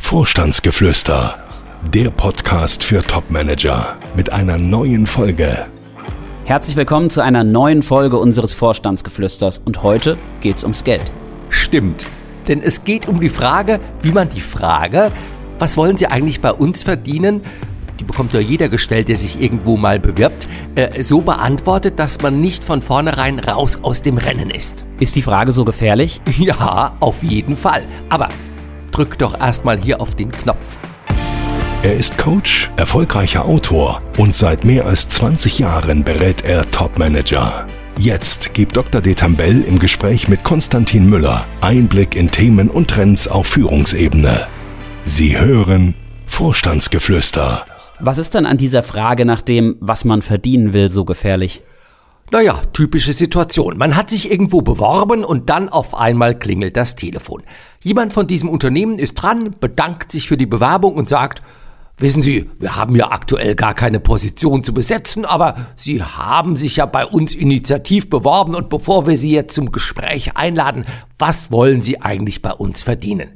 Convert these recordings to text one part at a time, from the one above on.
Vorstandsgeflüster, der Podcast für Topmanager mit einer neuen Folge. Herzlich willkommen zu einer neuen Folge unseres Vorstandsgeflüsters und heute geht's ums Geld. Stimmt, denn es geht um die Frage, wie man die Frage, was wollen Sie eigentlich bei uns verdienen, die bekommt ja jeder gestellt, der sich irgendwo mal bewirbt, so beantwortet, dass man nicht von vornherein raus aus dem Rennen ist. Ist die Frage so gefährlich? Ja, auf jeden Fall. Aber drück doch erstmal hier auf den Knopf. Er ist Coach, erfolgreicher Autor und seit mehr als 20 Jahren berät er Topmanager. Jetzt gibt Dr. Detambell im Gespräch mit Konstantin Müller Einblick in Themen und Trends auf Führungsebene. Sie hören Vorstandsgeflüster. Was ist denn an dieser Frage nach dem, was man verdienen will, so gefährlich? Naja, typische Situation. Man hat sich irgendwo beworben und dann auf einmal klingelt das Telefon. Jemand von diesem Unternehmen ist dran, bedankt sich für die Bewerbung und sagt: Wissen Sie, wir haben ja aktuell gar keine Position zu besetzen, aber Sie haben sich ja bei uns initiativ beworben und bevor wir Sie jetzt zum Gespräch einladen, was wollen Sie eigentlich bei uns verdienen?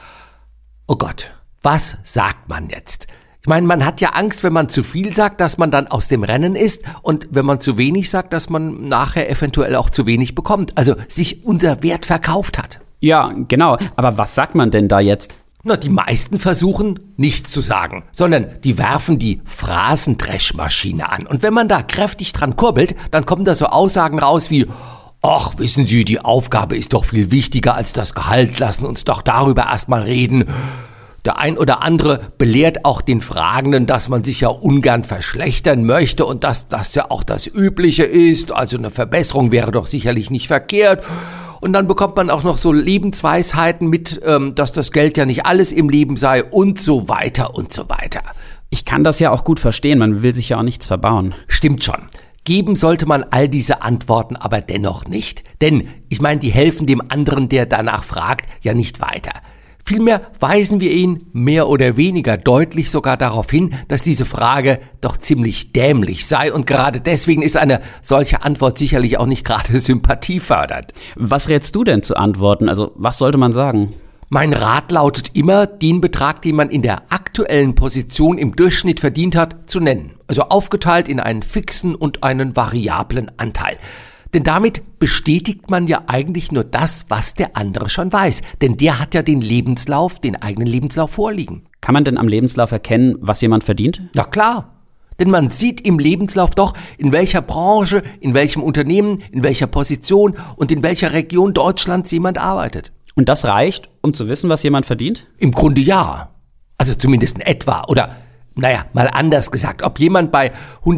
Oh Gott, was sagt man jetzt? Ich meine, man hat ja Angst, wenn man zu viel sagt, dass man dann aus dem Rennen ist und wenn man zu wenig sagt, dass man nachher eventuell auch zu wenig bekommt, also sich unser Wert verkauft hat. Ja, genau. Aber was sagt man denn da jetzt? Na, die meisten versuchen, nichts zu sagen, sondern die werfen die Phrasendreschmaschine an. Und wenn man da kräftig dran kurbelt, dann kommen da so Aussagen raus wie: Ach, wissen Sie, die Aufgabe ist doch viel wichtiger als das Gehalt, lassen uns doch darüber erstmal reden. Der ein oder andere belehrt auch den Fragenden, dass man sich ja ungern verschlechtern möchte und dass das ja auch das Übliche ist, also eine Verbesserung wäre doch sicherlich nicht verkehrt. Und dann bekommt man auch noch so Lebensweisheiten mit, dass das Geld ja nicht alles im Leben sei und so weiter und so weiter. Ich kann das ja auch gut verstehen, man will sich ja auch nichts verbauen. Stimmt schon. Geben sollte man all diese Antworten aber dennoch nicht. Denn, ich meine, die helfen dem anderen, der danach fragt, ja nicht weiter. Vielmehr weisen wir ihn mehr oder weniger deutlich sogar darauf hin, dass diese Frage doch ziemlich dämlich sei und gerade deswegen ist eine solche Antwort sicherlich auch nicht gerade sympathiefördernd. Was rätst du denn zu antworten? Also, was sollte man sagen? Mein Rat lautet immer, den Betrag, den man in der aktuellen Position im Durchschnitt verdient hat, zu nennen. Also aufgeteilt in einen fixen und einen variablen Anteil. Denn damit bestätigt man ja eigentlich nur das, was der andere schon weiß. Denn der hat ja den eigenen Lebenslauf vorliegen. Kann man denn am Lebenslauf erkennen, was jemand verdient? Ja klar. Denn man sieht im Lebenslauf doch, in welcher Branche, in welchem Unternehmen, in welcher Position und in welcher Region Deutschlands jemand arbeitet. Und das reicht, um zu wissen, was jemand verdient? Im Grunde ja. Also zumindest in etwa. Oder naja, mal anders gesagt, ob jemand bei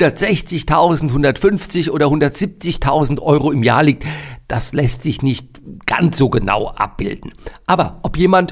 160.000, 150 oder 170.000 Euro im Jahr liegt, das lässt sich nicht ganz so genau abbilden. Aber ob jemand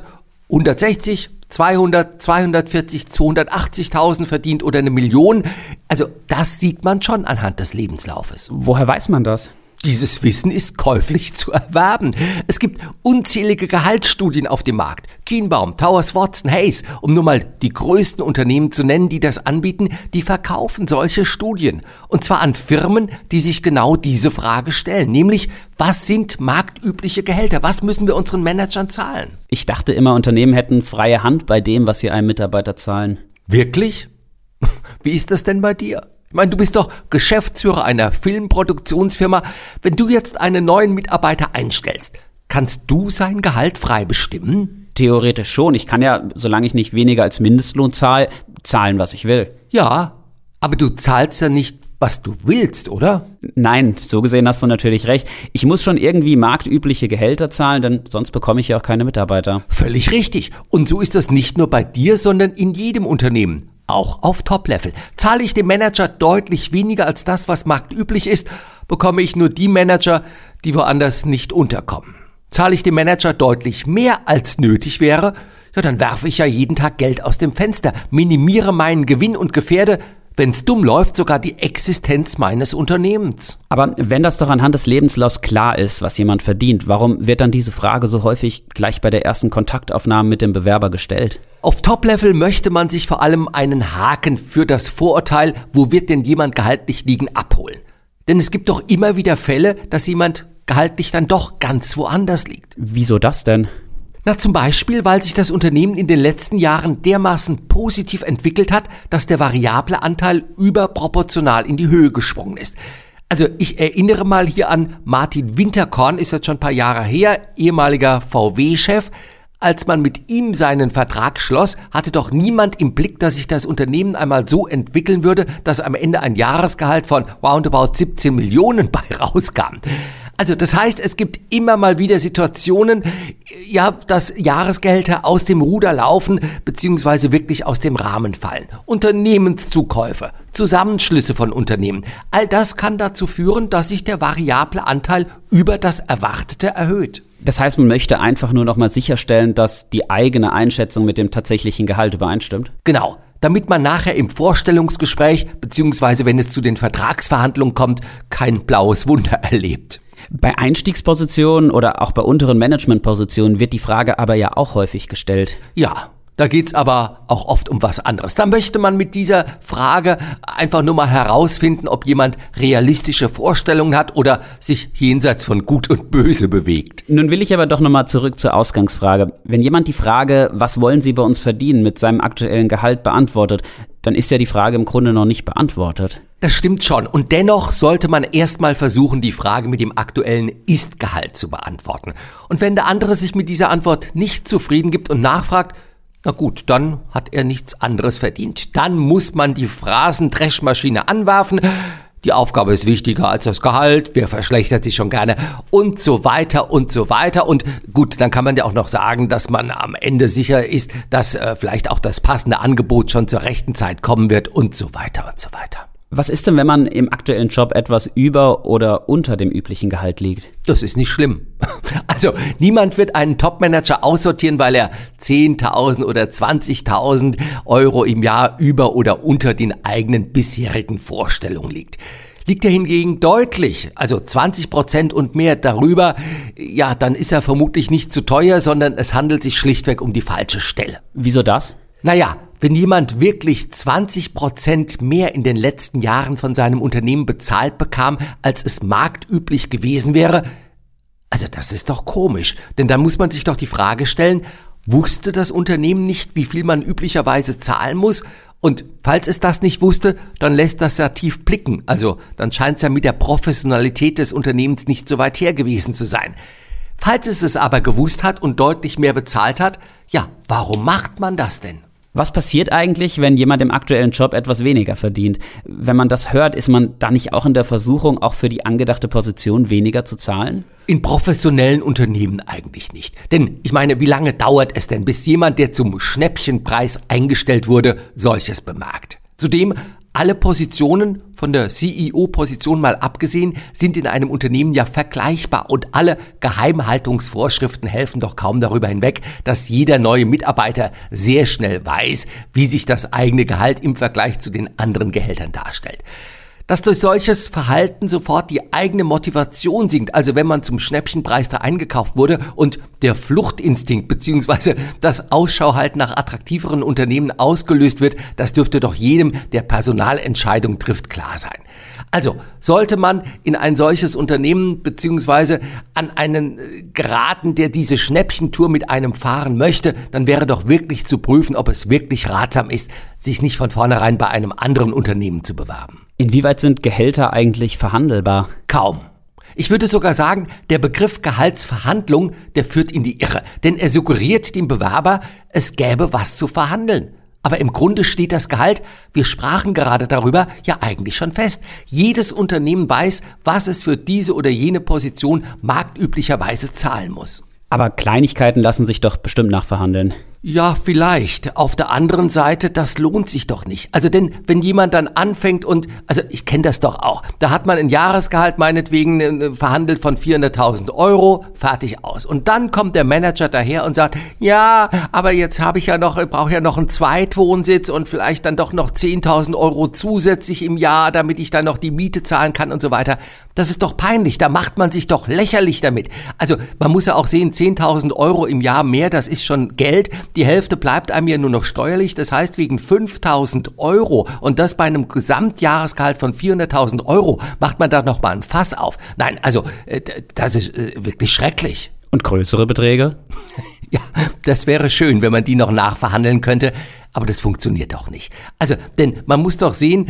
160, 200, 240, 280.000 verdient oder 1 Million, also das sieht man schon anhand des Lebenslaufes. Woher weiß man das? Dieses Wissen ist käuflich zu erwerben. Es gibt unzählige Gehaltsstudien auf dem Markt. Kienbaum, Towers Watson, Hayes, um nur mal die größten Unternehmen zu nennen, die das anbieten, die verkaufen solche Studien. Und zwar an Firmen, die sich genau diese Frage stellen. Nämlich, was sind marktübliche Gehälter? Was müssen wir unseren Managern zahlen? Ich dachte immer, Unternehmen hätten freie Hand bei dem, was sie einem Mitarbeiter zahlen. Wirklich? Wie ist das denn bei dir? Ich meine, du bist doch Geschäftsführer einer Filmproduktionsfirma. Wenn du jetzt einen neuen Mitarbeiter einstellst, kannst du sein Gehalt frei bestimmen? Theoretisch schon. Ich kann ja, solange ich nicht weniger als Mindestlohn zahle, zahlen, was ich will. Ja, aber du zahlst ja nicht, was du willst, oder? Nein, so gesehen hast du natürlich recht. Ich muss schon irgendwie marktübliche Gehälter zahlen, denn sonst bekomme ich ja auch keine Mitarbeiter. Völlig richtig. Und so ist das nicht nur bei dir, sondern in jedem Unternehmen. Auch auf Top-Level. Zahle ich dem Manager deutlich weniger als das, was marktüblich ist, bekomme ich nur die Manager, die woanders nicht unterkommen. Zahle ich dem Manager deutlich mehr als nötig wäre, ja, dann werfe ich ja jeden Tag Geld aus dem Fenster, minimiere meinen Gewinn und gefährde, wenn's dumm läuft, sogar die Existenz meines Unternehmens. Aber wenn das doch anhand des Lebenslaufs klar ist, was jemand verdient, warum wird dann diese Frage so häufig gleich bei der ersten Kontaktaufnahme mit dem Bewerber gestellt? Auf Top-Level möchte man sich vor allem einen Haken für das Vorurteil, wo wird denn jemand gehaltlich liegen, abholen. Denn es gibt doch immer wieder Fälle, dass jemand gehaltlich dann doch ganz woanders liegt. Wieso das denn? Na, zum Beispiel, weil sich das Unternehmen in den letzten Jahren dermaßen positiv entwickelt hat, dass der variable Anteil überproportional in die Höhe gesprungen ist. Also ich erinnere mal hier an Martin Winterkorn, ist jetzt schon ein paar Jahre her, ehemaliger VW-Chef. Als man mit ihm seinen Vertrag schloss, hatte doch niemand im Blick, dass sich das Unternehmen einmal so entwickeln würde, dass am Ende ein Jahresgehalt von roundabout 17 Millionen bei rauskam. Also das heißt, es gibt immer mal wieder Situationen, ja, dass Jahresgehälter aus dem Ruder laufen beziehungsweise wirklich aus dem Rahmen fallen. Unternehmenszukäufe, Zusammenschlüsse von Unternehmen. All das kann dazu führen, dass sich der variable Anteil über das Erwartete erhöht. Das heißt, man möchte einfach nur noch mal sicherstellen, dass die eigene Einschätzung mit dem tatsächlichen Gehalt übereinstimmt? Genau. Damit man nachher im Vorstellungsgespräch beziehungsweise wenn es zu den Vertragsverhandlungen kommt, kein blaues Wunder erlebt. Bei Einstiegspositionen oder auch bei unteren Managementpositionen wird die Frage aber ja auch häufig gestellt. Ja, da geht's aber auch oft um was anderes. Da möchte man mit dieser Frage einfach nur mal herausfinden, ob jemand realistische Vorstellungen hat oder sich jenseits von Gut und Böse bewegt. Nun will ich aber doch nochmal zurück zur Ausgangsfrage. Wenn jemand die Frage, was wollen Sie bei uns verdienen, mit seinem aktuellen Gehalt beantwortet, dann ist ja die Frage im Grunde noch nicht beantwortet. Das stimmt schon. Und dennoch sollte man erstmal versuchen, die Frage mit dem aktuellen Ist-Gehalt zu beantworten. Und wenn der andere sich mit dieser Antwort nicht zufrieden gibt und nachfragt, na gut, dann hat er nichts anderes verdient. Dann muss man die Phrasendreschmaschine anwerfen. Die Aufgabe ist wichtiger als das Gehalt, wer verschlechtert sich schon gerne und so weiter und so weiter. Und gut, dann kann man ja auch noch sagen, dass man am Ende sicher ist, dass vielleicht auch das passende Angebot schon zur rechten Zeit kommen wird und so weiter und so weiter. Was ist denn, wenn man im aktuellen Job etwas über oder unter dem üblichen Gehalt liegt? Das ist nicht schlimm. Also niemand wird einen Topmanager aussortieren, weil er 10.000 oder 20.000 Euro im Jahr über oder unter den eigenen bisherigen Vorstellungen liegt. Liegt er hingegen deutlich, also 20% und mehr darüber, ja, dann ist er vermutlich nicht zu teuer, sondern es handelt sich schlichtweg um die falsche Stelle. Wieso das? Naja, wenn jemand wirklich 20% mehr in den letzten Jahren von seinem Unternehmen bezahlt bekam, als es marktüblich gewesen wäre, also das ist doch komisch, denn dann muss man sich doch die Frage stellen, wusste das Unternehmen nicht, wie viel man üblicherweise zahlen muss? Und falls es das nicht wusste, dann lässt das ja tief blicken. Also dann scheint es ja mit der Professionalität des Unternehmens nicht so weit her gewesen zu sein. Falls es aber gewusst hat und deutlich mehr bezahlt hat, ja, warum macht man das denn? Was passiert eigentlich, wenn jemand im aktuellen Job etwas weniger verdient? Wenn man das hört, ist man da nicht auch in der Versuchung, auch für die angedachte Position weniger zu zahlen? In professionellen Unternehmen eigentlich nicht. Denn ich meine, wie lange dauert es denn, bis jemand, der zum Schnäppchenpreis eingestellt wurde, solches bemerkt? Zudem, alle Positionen, von der CEO-Position mal abgesehen, sind in einem Unternehmen ja vergleichbar und alle Geheimhaltungsvorschriften helfen doch kaum darüber hinweg, dass jeder neue Mitarbeiter sehr schnell weiß, wie sich das eigene Gehalt im Vergleich zu den anderen Gehältern darstellt. Dass durch solches Verhalten sofort die eigene Motivation sinkt, also wenn man zum Schnäppchenpreis da eingekauft wurde und der Fluchtinstinkt bzw. das Ausschauhalten nach attraktiveren Unternehmen ausgelöst wird, das dürfte doch jedem, der Personalentscheidung trifft, klar sein. Also sollte man in ein solches Unternehmen bzw. an einen geraten, der diese Schnäppchentour mit einem fahren möchte, dann wäre doch wirklich zu prüfen, ob es wirklich ratsam ist, sich nicht von vornherein bei einem anderen Unternehmen zu bewerben. Inwieweit sind Gehälter eigentlich verhandelbar? Kaum. Ich würde sogar sagen, der Begriff Gehaltsverhandlung, der führt in die Irre, denn er suggeriert dem Bewerber, es gäbe was zu verhandeln. Aber im Grunde steht das Gehalt, wir sprachen gerade darüber, ja eigentlich schon fest. Jedes Unternehmen weiß, was es für diese oder jene Position marktüblicherweise zahlen muss. Aber Kleinigkeiten lassen sich doch bestimmt nachverhandeln. Ja, vielleicht. Auf der anderen Seite, das lohnt sich doch nicht. Also denn, wenn jemand dann anfängt und, also ich kenne das doch auch, da hat man ein Jahresgehalt meinetwegen verhandelt von 400.000 Euro, fertig aus. Und dann kommt der Manager daher und sagt, ja, aber jetzt brauche ich ja noch einen Zweitwohnsitz und vielleicht dann doch noch 10.000 Euro zusätzlich im Jahr, damit ich dann noch die Miete zahlen kann und so weiter. Das ist doch peinlich, da macht man sich doch lächerlich damit. Also man muss ja auch sehen, 10.000 Euro im Jahr mehr, das ist schon Geld. Die Hälfte bleibt einem ja nur noch steuerlich, das heißt wegen 5.000 Euro und das bei einem Gesamtjahresgehalt von 400.000 Euro macht man da nochmal ein Fass auf. Nein, also das ist wirklich schrecklich. Und größere Beträge? Ja, das wäre schön, wenn man die noch nachverhandeln könnte, aber das funktioniert doch nicht. Also, denn man muss doch sehen,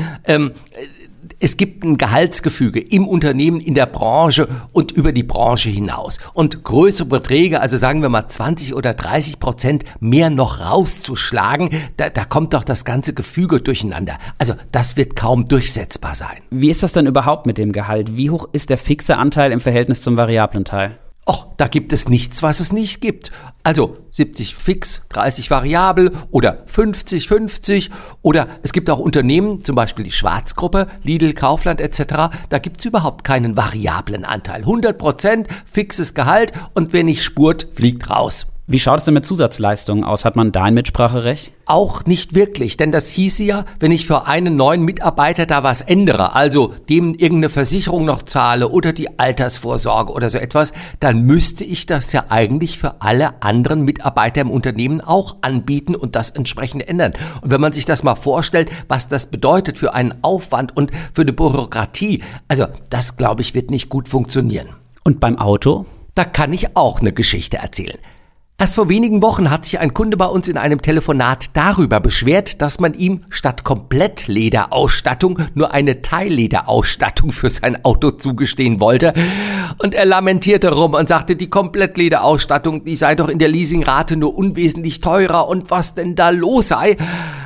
es gibt ein Gehaltsgefüge im Unternehmen, in der Branche und über die Branche hinaus. Und größere Beträge, also sagen wir mal 20 oder 30% mehr noch rauszuschlagen, da kommt doch das ganze Gefüge durcheinander. Also das wird kaum durchsetzbar sein. Wie ist das denn überhaupt mit dem Gehalt? Wie hoch ist der fixe Anteil im Verhältnis zum variablen Teil? Och, da gibt es nichts, was es nicht gibt. Also 70 fix, 30 variabel oder 50-50 oder es gibt auch Unternehmen, zum Beispiel die Schwarzgruppe, Lidl, Kaufland etc., da gibt's überhaupt keinen variablen Anteil. 100% fixes Gehalt und wer nicht spurt, fliegt raus. Wie schaut es denn mit Zusatzleistungen aus? Hat man da ein Mitspracherecht? Auch nicht wirklich, denn das hieße ja, wenn ich für einen neuen Mitarbeiter da was ändere, also dem irgendeine Versicherung noch zahle oder die Altersvorsorge oder so etwas, dann müsste ich das ja eigentlich für alle anderen Mitarbeiter im Unternehmen auch anbieten und das entsprechend ändern. Und wenn man sich das mal vorstellt, was das bedeutet für einen Aufwand und für die Bürokratie, also das, glaube ich, wird nicht gut funktionieren. Und beim Auto? Da kann ich auch eine Geschichte erzählen. Erst vor wenigen Wochen hat sich ein Kunde bei uns in einem Telefonat darüber beschwert, dass man ihm statt Komplettlederausstattung nur eine Teillederausstattung für sein Auto zugestehen wollte. Und er lamentierte rum und sagte, die Komplettlederausstattung, die sei doch in der Leasingrate nur unwesentlich teurer und was denn da los sei.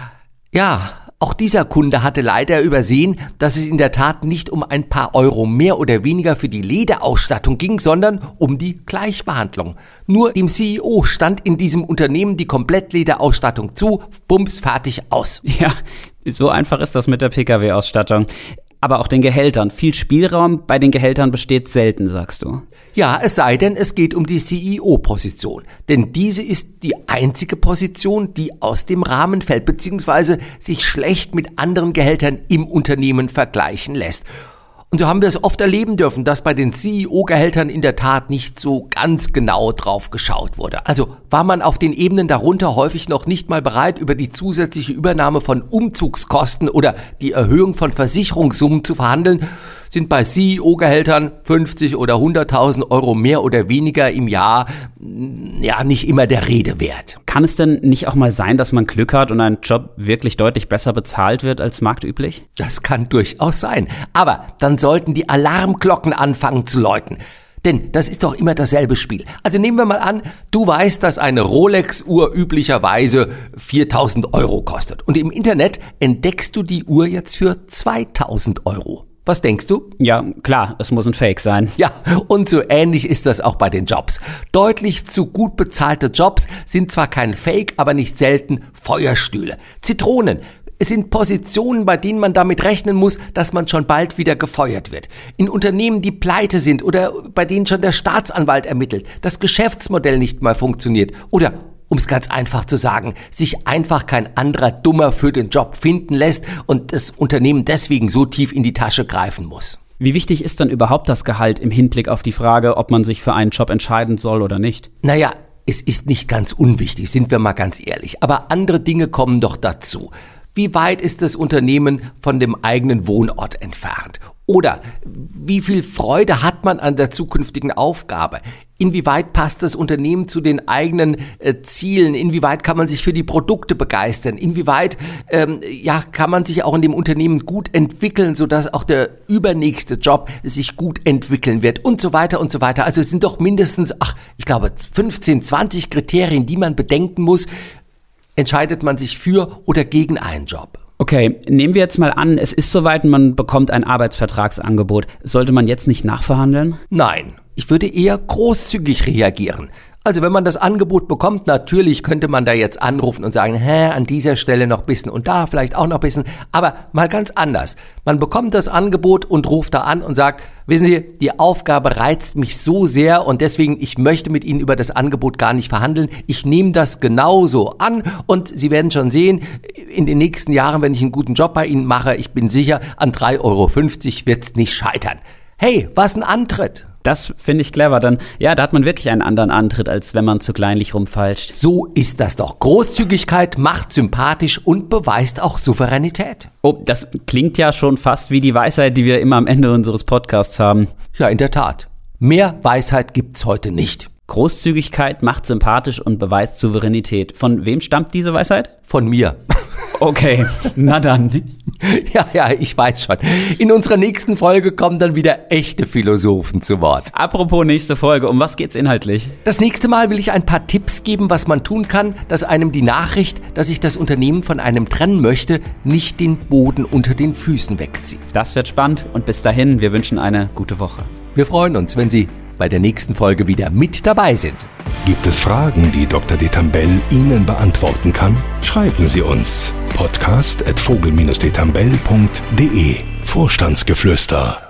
Ja, auch dieser Kunde hatte leider übersehen, dass es in der Tat nicht um ein paar Euro mehr oder weniger für die Lederausstattung ging, sondern um die Gleichbehandlung. Nur dem CEO stand in diesem Unternehmen die Komplettlederausstattung zu, bums, fertig, aus. Ja, so einfach ist das mit der Pkw-Ausstattung. Aber auch den Gehältern. Viel Spielraum bei den Gehältern besteht selten, sagst du. Ja, es sei denn, es geht um die CEO-Position. Denn diese ist die einzige Position, die aus dem Rahmen fällt, beziehungsweise sich schlecht mit anderen Gehältern im Unternehmen vergleichen lässt. Und so haben wir es oft erleben dürfen, dass bei den CEO-Gehältern in der Tat nicht so ganz genau drauf geschaut wurde. Also war man auf den Ebenen darunter häufig noch nicht mal bereit, über die zusätzliche Übernahme von Umzugskosten oder die Erhöhung von Versicherungssummen zu verhandeln, sind bei CEO-Gehältern 50 oder 100.000 Euro mehr oder weniger im Jahr ja nicht immer der Rede wert. Kann es denn nicht auch mal sein, dass man Glück hat und ein Job wirklich deutlich besser bezahlt wird als marktüblich? Das kann durchaus sein. Aber dann sollten die Alarmglocken anfangen zu läuten. Denn das ist doch immer dasselbe Spiel. Also nehmen wir mal an, du weißt, dass eine Rolex-Uhr üblicherweise 4.000 Euro kostet. Und im Internet entdeckst du die Uhr jetzt für 2.000 Euro. Was denkst du? Ja, klar, es muss ein Fake sein. Ja, und so ähnlich ist das auch bei den Jobs. Deutlich zu gut bezahlte Jobs sind zwar kein Fake, aber nicht selten Feuerstühle. Zitronen. Es sind Positionen, bei denen man damit rechnen muss, dass man schon bald wieder gefeuert wird. In Unternehmen, die pleite sind oder bei denen schon der Staatsanwalt ermittelt, das Geschäftsmodell nicht mal funktioniert oder, um es ganz einfach zu sagen, sich einfach kein anderer Dummer für den Job finden lässt und das Unternehmen deswegen so tief in die Tasche greifen muss. Wie wichtig ist dann überhaupt das Gehalt im Hinblick auf die Frage, ob man sich für einen Job entscheiden soll oder nicht? Naja, es ist nicht ganz unwichtig, sind wir mal ganz ehrlich. Aber andere Dinge kommen doch dazu. Wie weit ist das Unternehmen von dem eigenen Wohnort entfernt? Oder wie viel Freude hat man an der zukünftigen Aufgabe? Inwieweit passt das Unternehmen zu den eigenen Zielen? Inwieweit kann man sich für die Produkte begeistern? Inwieweit kann man sich auch in dem Unternehmen gut entwickeln, sodass auch der übernächste Job sich gut entwickeln wird und so weiter und so weiter. Also es sind doch mindestens, 15, 20 Kriterien, die man bedenken muss. Entscheidet man sich für oder gegen einen Job? Okay, nehmen wir jetzt mal an, es ist soweit und man bekommt ein Arbeitsvertragsangebot. Sollte man jetzt nicht nachverhandeln? Nein, ich würde eher großzügig reagieren. Also wenn man das Angebot bekommt, natürlich könnte man da jetzt anrufen und sagen, an dieser Stelle noch ein bisschen und da vielleicht auch noch ein bisschen, aber mal ganz anders. Man bekommt das Angebot und ruft da an und sagt, wissen Sie, die Aufgabe reizt mich so sehr und deswegen, ich möchte mit Ihnen über das Angebot gar nicht verhandeln. Ich nehme das genauso an und Sie werden schon sehen, in den nächsten Jahren, wenn ich einen guten Job bei Ihnen mache, ich bin sicher, an 3,50 Euro wird's nicht scheitern. Hey, was ein Antritt! Das finde ich clever. Dann, ja, da hat man wirklich einen anderen Antritt, als wenn man zu kleinlich rumfeilscht. So ist das doch. Großzügigkeit macht sympathisch und beweist auch Souveränität. Oh, das klingt ja schon fast wie die Weisheit, die wir immer am Ende unseres Podcasts haben. Ja, in der Tat. Mehr Weisheit gibt's heute nicht. Großzügigkeit macht sympathisch und beweist Souveränität. Von wem stammt diese Weisheit? Von mir. Okay, na dann. Ja, ich weiß schon. In unserer nächsten Folge kommen dann wieder echte Philosophen zu Wort. Apropos nächste Folge, um was geht's inhaltlich? Das nächste Mal will ich ein paar Tipps geben, was man tun kann, dass einem die Nachricht, dass sich das Unternehmen von einem trennen möchte, nicht den Boden unter den Füßen wegzieht. Das wird spannend und bis dahin, wir wünschen eine gute Woche. Wir freuen uns, wenn Sie bei der nächsten Folge wieder mit dabei sind. Gibt es Fragen, die Dr. Detambell Ihnen beantworten kann? Schreiben Sie uns. podcast@vogel-detambell.de Vorstandsgeflüster